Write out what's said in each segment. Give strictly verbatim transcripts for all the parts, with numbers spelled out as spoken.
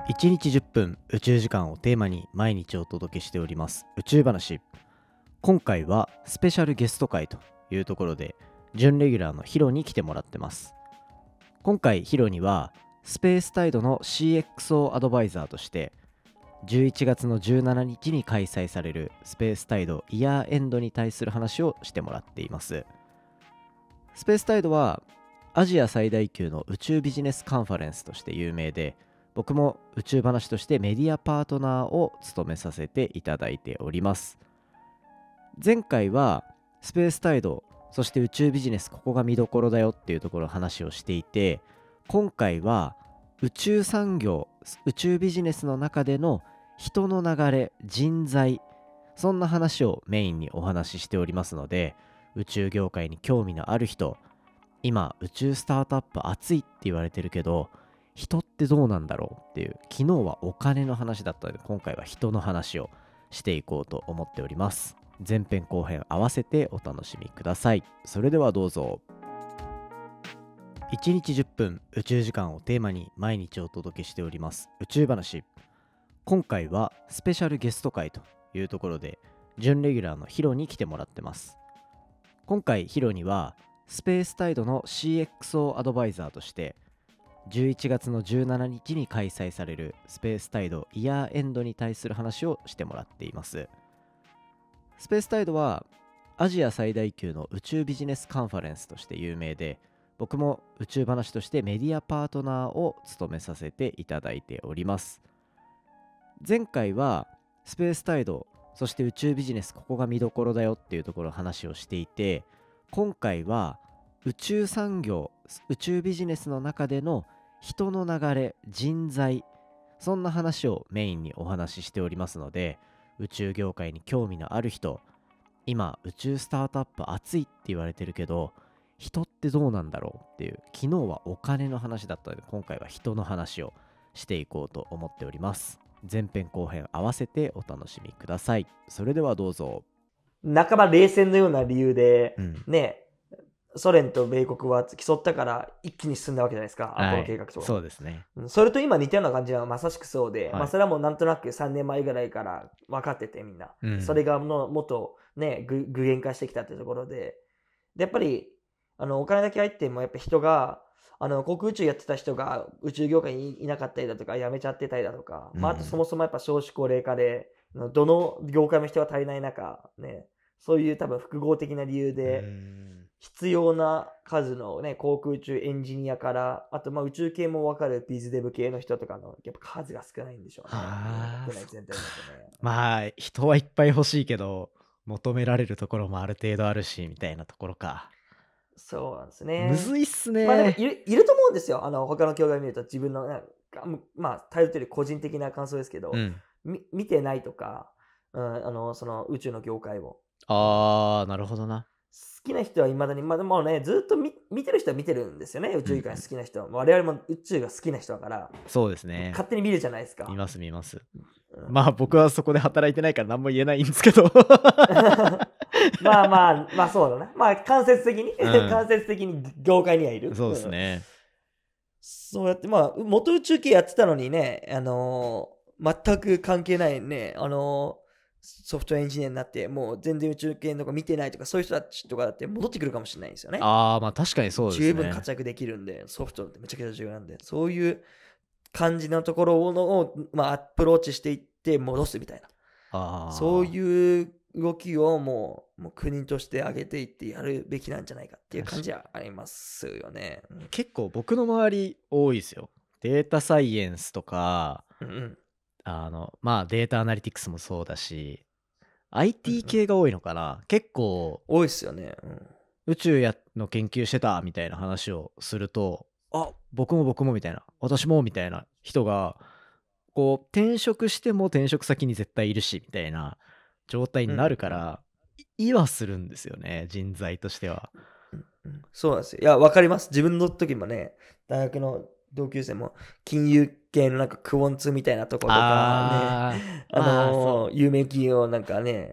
いちにちじゅっぷん宇宙時間をテーマに毎日お届けしております宇宙話。今回はスペシャルゲスト会というところで準レギュラーのヒロに来てもらってます。今回ヒロにはスペースタイドの シーエックスオー アドバイザーとしてじゅういちがつのじゅうしちにちに開催されるスペースタイドイヤーエンドに対する話をしてもらっています。スペースタイドはアジア最大級の宇宙ビジネスカンファレンスとして有名で、僕も宇宙話としてメディアパートナーを務めさせていただいております。前回はスペースタイド、そして宇宙ビジネス、ここが見どころだよっていうところの話をしていて、今回は宇宙産業、宇宙ビジネスの中での人の流れ、人材、そんな話をメインにお話ししておりますので、宇宙業界に興味のある人、今宇宙スタートアップ熱いって言われてるけど人ってどうなんだろうっていう、昨日はお金の話だったので今回は人の話をしていこうと思っております。前編後編合わせてお楽しみください。それではどうぞ。いちにちじゅっぷん宇宙時間をテーマに毎日お届けしております宇宙話。今回はスペシャルゲスト会というところで準レギュラーのヒロに来てもらってます。今回ヒロにはスペースタイドの シーエックスオー アドバイザーとしてじゅういちがつのじゅうしちにちに開催されるスペースタイドイヤーエンドに対する話をしてもらっています。スペースタイドはアジア最大級の宇宙ビジネスカンファレンスとして有名で、僕も宇宙話としてメディアパートナーを務めさせていただいております。前回はスペースタイド、そして宇宙ビジネス、ここが見どころだよっていうところの話をしていて、今回は宇宙産業、宇宙ビジネスの中での人の流れ、人材、そんな話をメインにお話ししておりますので、宇宙業界に興味のある人、今宇宙スタートアップ熱いって言われてるけど人ってどうなんだろうっていう、昨日はお金の話だったので今回は人の話をしていこうと思っております。前編後編合わせてお楽しみください。それではどうぞ。 半ば冷戦のような理由で、 うん、 ね、ソ連と米国は競ったから一気に進んだわけじゃないですか、 はい、 アポロ計画とか。 そうですね。 それと今似たような感じはまさしくそうで、 はい、 まあそれはもうなんとなくさんねんまえぐらいから分かっててみんな。うん、それがのもっとね、具現化してきたっていうところで、でやっぱりあのお金だけ入ってもやっぱ人が、あの航空宇宙やってた人が宇宙業界にいなかったりだとか、辞めちゃってたりだとか、うん、まああとそもそもやっぱ少子高齢化で、どの業界も人が足りない中、ね、そういう多分複合的な理由で、必要な数のね、航空宇宙エンジニアから、あとまあ宇宙系も分かるビズデブ系の人とかの、やっぱ数が少ないんでしょうね。国内全体だとね。 まあ、人はいっぱい欲しいけど、求められるところもある程度あるし、みたいなところか。 そうなんですね。 むずいっすね。 まあでもいる、いると思うんですよ。あの、他の教会見ると自分の、ね、まあ、頼ってる個人的な感想ですけど、うん、み見てないとか、うん、あの、その宇宙の業界を。 あー、なるほどな。 好きな人はいまだに、まあでもね、ずっと 見, 見てる人は見てるんですよね、宇宙界好きな人は、うん。我々も宇宙が好きな人だから、 そうですね。 勝手に見るじゃないですか。 見ます見ます。うん、まあ僕はそこで働いてないから何も言えないんですけど。 まあまあ、まあそうだな。まあ間接的に、うん、間接的に業界にはいる。 そうですね。 そうやって、まあ、元宇宙系やってたのにね、あのー、全く関係ないね、あのー、ソフトウェアエンジニアになって、もう全然宇宙系のとか見てないとか、そういう人たちとかだって戻ってくるかもしれないんですよね。 ああ、まあ確かにそうですね。 十分活躍できるんで、ソフトってめちゃくちゃ重要なんで、そういう感じのところを、まあ、アプローチしていって戻すみたいな。あそういう動きをもう、もう国として上げていってやるべきなんじゃないかっていう感じはありますよね。 うん、結構僕の周り多いですよ。データサイエンスとか、うんうん、あのまあデータアナリティクスもそうだし アイティー 系が多いのかな、うんうん、結構多いっすよね、うん、 宇宙やの研究してたみたいな話をすると、あ僕も僕もみたいな、私もみたいな人がこう転職しても転職先に絶対いるしみたいな状態になるから、うんうん、意はするんですよね、人材としては。 うんうん、そうなんですよ。いや分かります。自分の時もね、大学の同級生も金融系のなんかクオンツみたいなところとかね、あ、あのーまあ、有名企業なんかね、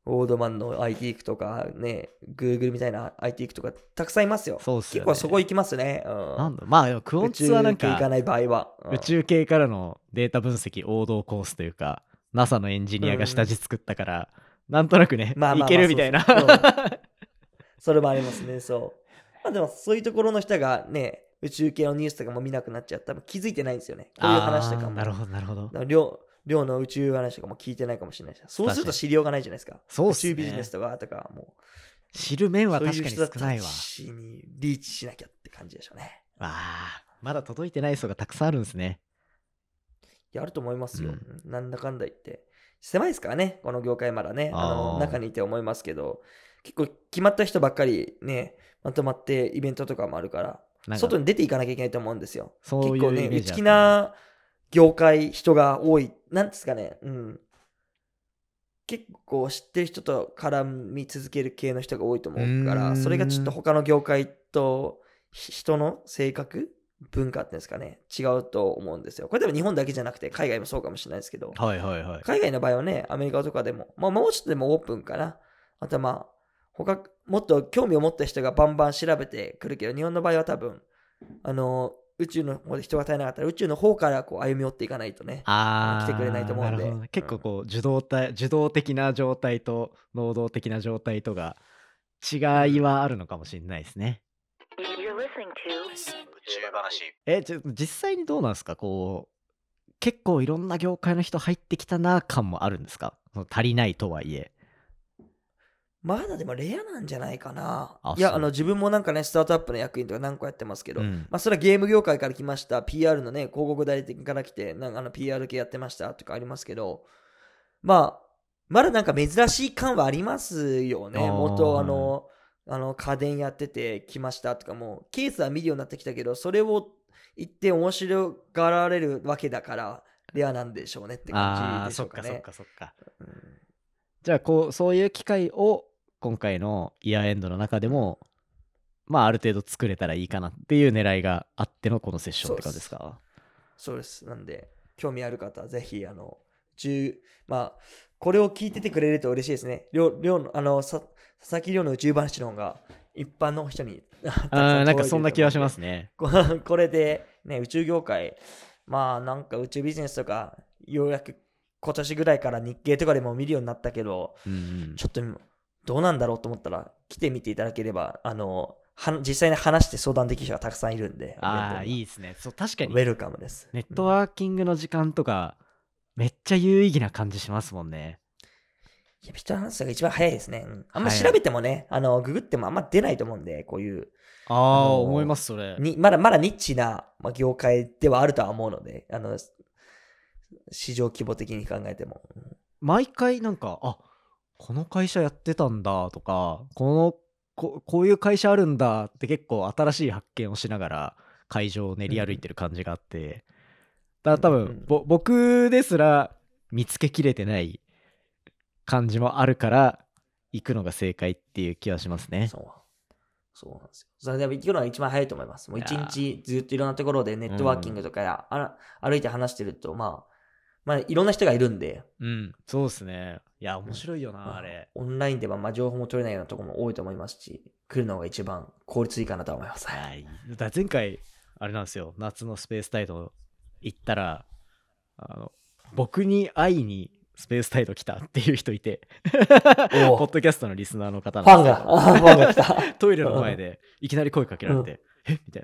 オードマンの アイティー とかね、Google みたいな アイティー とかたくさんいますよ。 そうっすよね。 結構そこ行きますね。うん、 なんだまあクオンツはなんか宇宙系行かない場合は、うん、 宇宙系からのデータ分析王道コースというか ナサ のエンジニアが下地作ったから、うん、なんとなくね、まあまあまあ、いけるみたいな。 そうそう、うん、それもありますね。そう。まあ、でもそういうところの人がね、宇宙系のニュースとかも見なくなっちゃったら気づいてないんですよね。こういう話とかも。 なるほどなるほど。 量量の宇宙話とかも聞いてないかもしれないし、そうすると知りようがないじゃないですか。 そうっすね。 宇宙ビジネスとかとかもう知る面は確かに少ないわ。 そういう人たちにリーチしなきゃって感じでしょうね。 ああ、まだ届いてない層がたくさんあるんですね。 いや、あると思いますよ。うん、なんだかんだ言って狭いですからね、この業界まだね。あの中にいて思いますけど、結構決まった人ばっかりね、まとまってイベントとかもあるから、外に出ていかなきゃいけないと思うんですよ。 そういう結構ね、内気な業界、人が多い。なんですかね、うん。結構知ってる人と絡み続ける系の人が多いと思うから、それがちょっと他の業界と人の性格、文化っていうんですかね、違うと思うんですよ。これでも日本だけじゃなくて海外もそうかもしれないですけど、 はいはいはい、 海外の場合はね、アメリカとかでも、まあもうちょっとでもオープンかな。あとはまあ、他、もっと興味を持った人がバンバン調べてくるけど、日本の場合は多分、あの、宇宙の方で人が足りなかったら宇宙の方からこう歩み寄っていかないとね、 あ来てくれないと思うんで、 なるほど、ね、結構こう受動体、受動的な状態と能動的な状態とが違いはあるのかもしれないですね。宇宙話。え、じゃ実際にどうなんですか？こう結構いろんな業界の人入ってきたな感もあるんですか？足りないとはいえ。 まだでもレアなんじゃないかな。いや、あの自分もなんかね、スタートアップの役員とか何個やってますけど、うん、まあそれはゲーム業界から来ました、ピーアール のね、広告代理店から来て、なんかあの ピーアール 系やってましたとかありますけど、まあ、まだなんか珍しい感はありますよね。元あの、あの家電やってて来ましたとかも、ケースは見るようになってきたけど、それを言って面白がられるわけだから、レアなんでしょうねって感じでしょうかね。 あ、そっかそっかそっか。うん、じゃあこうそういう機会を今回のイヤーエンドの中でも、まあある程度作れたらいいかなっていう狙いがあってのこのセッションって感じですか？ そうです。なんで興味ある方はぜひあの10まあこれを聞いててくれると嬉しいですね。りょうりょうあのさ佐々木亮の宇宙話の方が一般の人にあなんかそんな気がしますね。 これでね宇宙業界まあなんか宇宙ビジネスとかようやく今年ぐらいから日経とかでも見るようになったけど、うんうん、ちょっとどうなんだろうと思ったら来てみていただければあのは実際に話して相談できる人がたくさんいるんで、 ああいいですね。そう確かにウェルカムです。 ネットワーキングの時間とか、うん、めっちゃ有意義な感じしますもんね。 いや人の話が一番早いですね。うん、あんま調べてもね、あのググってもあんま出ないと思うんでこういうああ思いますそれにまだまだニッチな、まあ、業界ではあるとは思うのであの市場規模的に考えても、うん、 毎回なんかあこの会社やってたんだとかこの こ, こういう会社あるんだって結構新しい発見をしながら会場を練り歩いてる感じがあって、うん、だから多分、うんうん、ぼ僕ですら見つけきれてない感じもあるから行くのが正解っていう気はしますね。 そうそうなんですよ。それで行くのが一番早いと思います。もう一日ずっといろんなところでネットワーキングとかや、うん、歩いて話してるとまあまあいろんな人がいるんで、 うんそうですね。いや面白いよな、うん、あれオンラインではまあ情報も取れないようなところも多いと思いますし、来るのが一番効率いいかなと思います。 はい。だ前回あれなんですよ、夏のスペースタイド行ったらあの僕に会いにスペースタイド来たっていう人いてポッドキャストのリスナーの方なんですよ。ファンがファンが来たトイレの前でいきなり声かけられて、うん、えみたい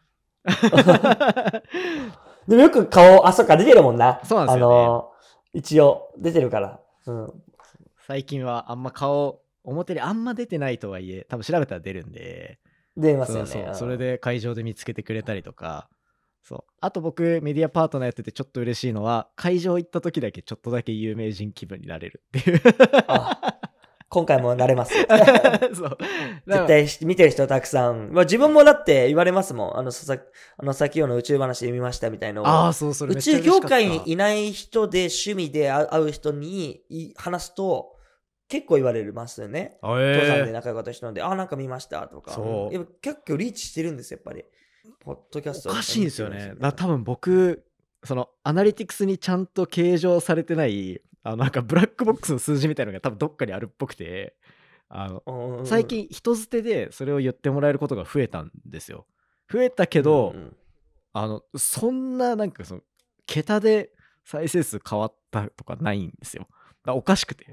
なでもよく顔あそっか出てるもんな。 そうなんですよね、あのー、一応出てるから、うん、 最近はあんま顔表にあんま出てないとはいえ多分調べたら出るんで出ますよね。 そうそうそれで会場で見つけてくれたりとか、そうあと僕メディアパートナーやっててちょっと嬉しいのは会場行った時だけちょっとだけ有名人気分になれるっていうあ今回もなれますそう絶対見てる人たくさん、まあ、自分もだって言われますもん。あの佐々あの先ほどの宇宙話で見ましたみたいなのを。 あそうそれ宇宙業界にいない人で趣味で会う人に話すと結構言われますよね。 えー、 登山で仲良かった人なんで、あなんか見ましたとか。そうやっぱ結構リーチしてるんですよやっぱり。ポッドキャストおかしいんですよね。だ多分僕そのアナリティクスにちゃんと計上されてないあのなんかブラックボックスの数字みたいなのが多分どっかにあるっぽくて、あの最近人づてでそれを言ってもらえることが増えたんですよ。増えたけど、うんうん、あのそんななんかその桁で再生数変わったとかないんですよ。だおかしくて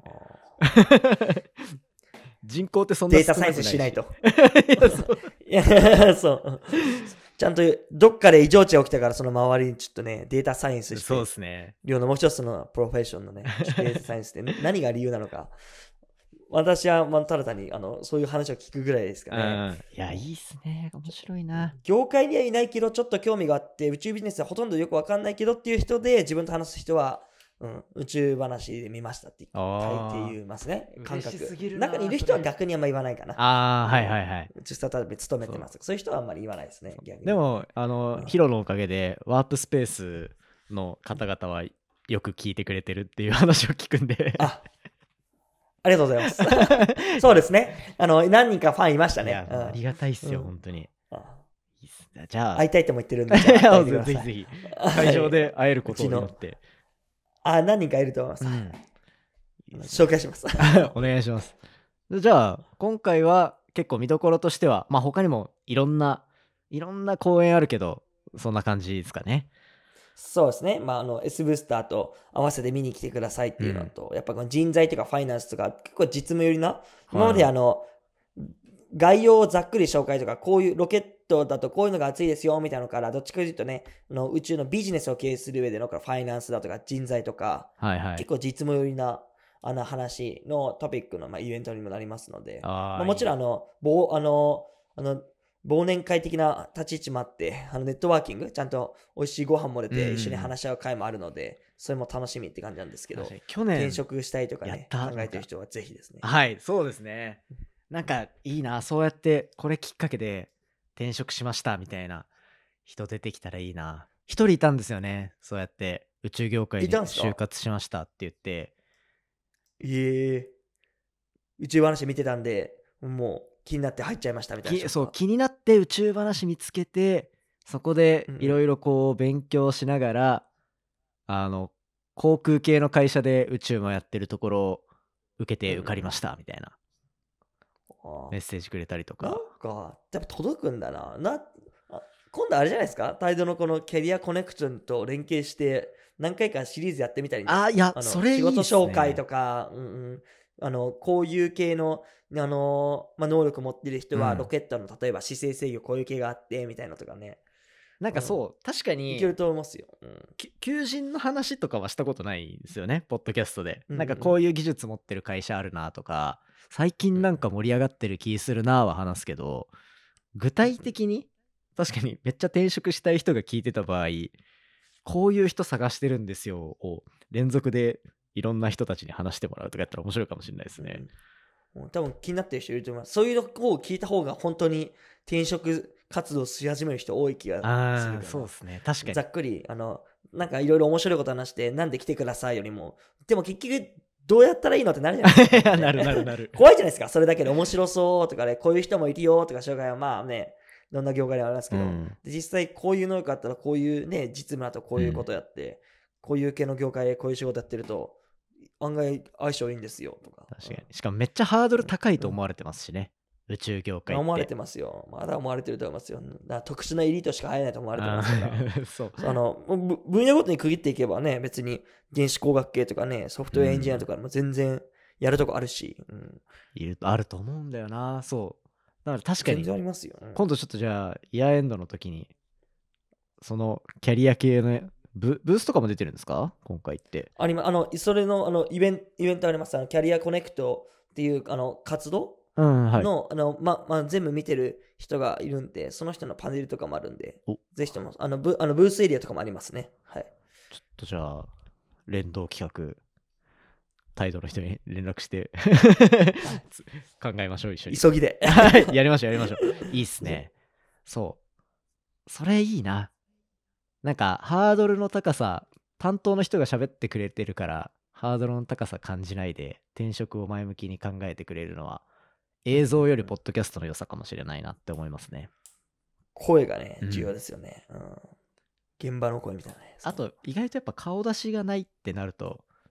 人口ってそんなデータサイエンスしないといやそうちゃんとどっかで異常値が起きたからその周りにちょっとねデータサイエンスして、 そうですね、 寮のもう一つのプロフェッションのねデータサイエンスって何が理由なのか私はまあただ単にあのそういう話を聞くぐらいですかね、 うん、いやいいっすね、面白いな。 業界にはいないけどちょっと興味があって宇宙ビジネスはほとんどよくわかんないけどっていう人で自分と話す人は、うん、宇宙話で見ましたって大抵言いますね。感覚中にいる人は逆にあんま言わないかな。 ああ、はいはいはい。 宇宙スタートアップに勤めてます。そういう人はあんまり言わないですね。逆にでもあの、うん、ヒロのおかげでワープスペースの方々はよく聞いてくれてるっていう話を聞くんであありがとうございます。そうですね。あの、何人かファンいましたね。 いや、うん、ありがたいっすよ、うん、本当に。あいいっすね、じゃあ。 会いたいとも言ってるんで、じゃあぜひぜひ、会場で会えることを祈って。 あ、何人かいると思います。うん、紹介します。 お願いします。じゃあ、今回は結構見どころとしては、まあ他にもいろんな、いろんな公演あるけど、そんな感じですかね。 そうですね。まあ、あの、S ブースターと合わせて見に来てくださいっていうのと、うん、やっぱこの人材とかファイナンスとか、結構実務寄りな、はい、今まであの、概要をざっくり紹介とか、こういうロケットだとこういうのが熱いですよ、みたいなのから、どっちかというとね、の宇宙のビジネスを経営する上でのファイナンスだとか人材とか、 はいはい、 結構実務寄りなあの話のトピックの、まあ、イベントにもなりますので、あまあ、もちろんあの、ぼあの、あの、忘年会的な立ち位置もあって、あのネットワーキング、ちゃんと美味しいご飯も出て、一緒に話し合う会もあるので、うん、それも楽しみって感じなんですけど、 去年転職したいとかね、考えてる人はぜひですね。 はい、そうですね。なんかいいな、そうやってこれきっかけで転職しましたみたいな人出てきたらいいな。一人いたんですよね、そうやって宇宙業界に就活しましたって言って。 いえー、宇宙話見てたんで、もう気になって入っちゃいましたみたいな。 そう気になって宇宙話見つけて、そこでいろいろこう勉強しながら、うん、あの航空系の会社で宇宙もやってるところを受けて受かりましたみたいな、うん、メッセージくれたりとか。 なんかやっぱ届くんだな。なあ今度あれじゃないですか、タイドのこのキャリアコネクションと連携して何回かシリーズやってみたり、 あいやあのそれいいっすね。 仕事紹介とか、うんうん、あのこういう系のあの、まあ、能力持ってる人はロケットの、うん、例えば姿勢制御こういう系があってみたいなとかね。 なんかそう、うん、確かにいけると思いますよ、うん、 求人の話とかはしたことないんですよね、ポッドキャストで、うんうん、なんかこういう技術持ってる会社あるなとか、最近なんか盛り上がってる気するなは話すけど、具体的に確かにめっちゃ転職したい人が聞いてた場合、こういう人探してるんですよを連続でいろんな人たちに話してもらうとかやったら面白いかもしれないですね、 うん、多分気になってる人いると思います。そういうのを聞いた方が本当に転職活動し始める人多い気がするから。 そうですね、確かにざっくりあのなんかいろいろ面白いこと話してなんで来てくださいよりも、でも結局どうやったらいいのってなるじゃないですか、ね、 なるなるなる怖いじゃないですか。それだけで面白そうとかね、こういう人もいるよとか紹介はまあね、どんな業界でありますけど、うん、で実際こういう能力あったらこういうね実務だとこういうことやって、うん、こういう系の業界でこういう仕事やってると案外相性いいんですよとか。 確かに、しかもめっちゃハードル高いと思われてますしね、うん、宇宙業界って思われてますよ。まだ思われてると思いますよ。だ特殊なエリートしか入れないと思われてますからそうあの分野ごとに区切っていけばね、別に電子工学系とかね、ソフトウェアエンジニアとかも全然やるとこあるし、うん、 いるあると思うんだよな。そうだから確かに全然ありますよ、うん、 今度ちょっとじゃあイヤーエンドの時にそのキャリア系のブ, ブースとかも出てるんですか今回って。 ありまあのそれのあのイベントイベントあります。あのキャリアコネクトっていうあの活動の、うんはい、あのままあ、全部見てる人がいるんで、その人のパネルとかもあるんで、ぜひともあの ブ, あのブースエリアとかもありますね。はい。 ちょっとじゃあ連動企画態度の人に連絡して考えましょう、一緒に急ぎでやりましょうやりましょういいっすね。そうそれいいな。なんかハードルの高さ、担当の人が喋ってくれてるからハードルの高さ感じないで転職を前向きに考えてくれるのは映像よりポッドキャストの良さかもしれないなって思いますね。 声がね重要ですよね、うんうん、現場の声みたいなね。 あと意外とやっぱ顔出しがないってなると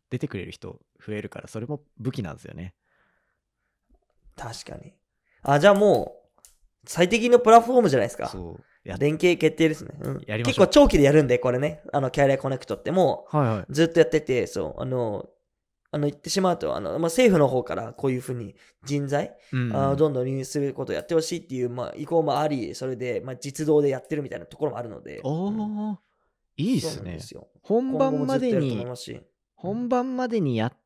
出てくれる人増えるから、それも武器なんですよね。 確かに。あ、じゃあもう、最適のプラットフォームじゃないですか。 そうや連携決定ですね。うん、 やりましょう。 結構長期でやるんで、これね。あの、キャリアコネクトってもう、 はいはい。 ずっとやってて、そう、あの、あの言ってしまうと、あの、まあ、政府の方からこういうふうに人材、 うんうん、 あどんどん流入することをやってほしいっていう、まあ、意向もあり、それで、まあ、実動でやってるみたいなところもあるので。 おー、うん、いいっすね。 すよ本番までに、本番までにやって、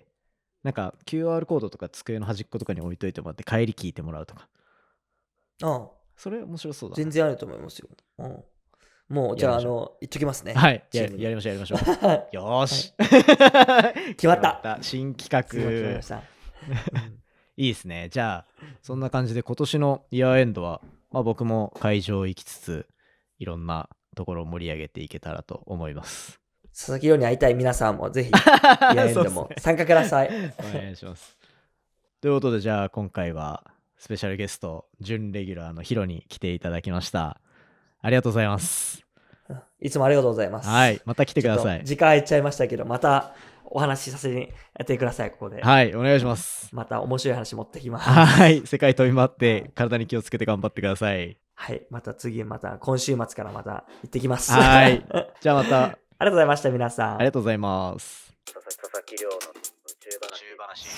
なんか キューアール コードとか机の端っことかに置いといてもらって帰り聞いてもらうとか。 ああ。 それ面白そうだな。 全然あると思いますよ。うん、もう、じゃあ、あの、言っときますね。 はいや。やりましょう、やりましょう。よーし。 はい、決まった。 新企画。 決まりました。 いいですね。じゃあ、そんな感じで今年のイヤーエンドは、まあ、僕も会場行きつつ、いろんなところを盛り上げていけたらと思います。 佐々木亮に会いたい皆さんもぜひ、イヤーエンドも参加ください。 お願いします。ということで、じゃあ今回はスペシャルゲスト、準レギュラーのヒロに来ていただきました。ありがとうございます。 いつもありがとうございます。 はい、また来てください。 時間空いちゃいましたけど、またお話しさせてやってください、ここで。 はい、お願いします。 また面白い話持ってきます。 はい、世界飛び回って体に気をつけて頑張ってください。 はい、また次、また今週末からまた行ってきます。 はい、じゃあまた。 ありがとうございました、皆さん。 ありがとうございます。 佐々木亮の宇宙話。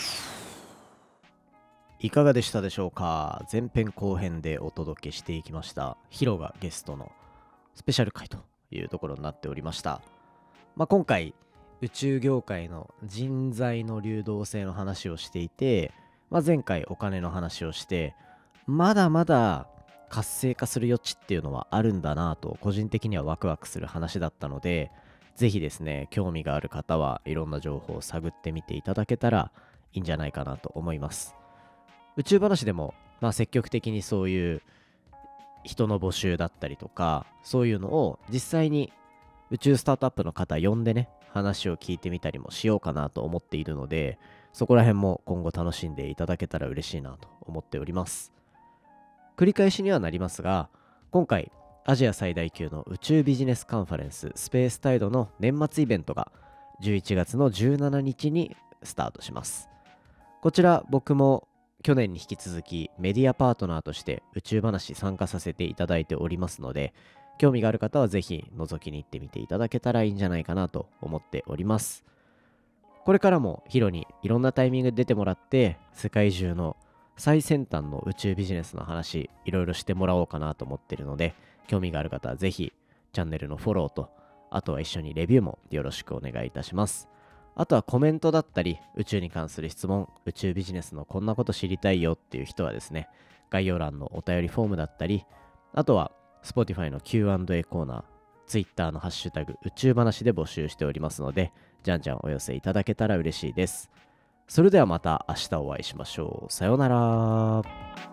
いかがでしたでしょうか。前編後編でお届けしていきましたヒロがゲストのスペシャル回というところになっておりました。まあ、今回宇宙業界の人材の流動性の話をしていて、まあ、前回お金の話をして、まだまだ活性化する余地っていうのはあるんだなと個人的にはワクワクする話だったので、ぜひですね、興味がある方はいろんな情報を探ってみていただけたらいいんじゃないかなと思います。宇宙話でも、まあ、積極的にそういう人の募集だったりとか、そういうのを実際に宇宙スタートアップの方呼んでね、話を聞いてみたりもしようかなと思っているので、そこら辺も今後楽しんでいただけたら嬉しいなと思っております。繰り返しにはなりますが、今回アジア最大級の宇宙ビジネスカンファレンススペースタイドの年末イベントがじゅういちがつのじゅうしちにちにスタートします。こちら僕も去年に引き続きメディアパートナーとして宇宙話参加させていただいておりますので、興味がある方はぜひ覗きに行ってみていただけたらいいんじゃないかなと思っております。これからもヒロにいろんなタイミングで出てもらって、世界中の最先端の宇宙ビジネスの話いろいろしてもらおうかなと思っているので、興味がある方はぜひチャンネルのフォローと、あとは一緒にレビューもよろしくお願いいたします。あとはコメントだったり、宇宙に関する質問、宇宙ビジネスのこんなこと知りたいよっていう人はですね、概要欄のお便りフォームだったり、あとは Spotify の キューアンドエー コーナー、Twitter のハッシュタグ宇宙話で募集しておりますので、じゃんじゃんお寄せいただけたら嬉しいです。それではまた明日お会いしましょう。さようなら。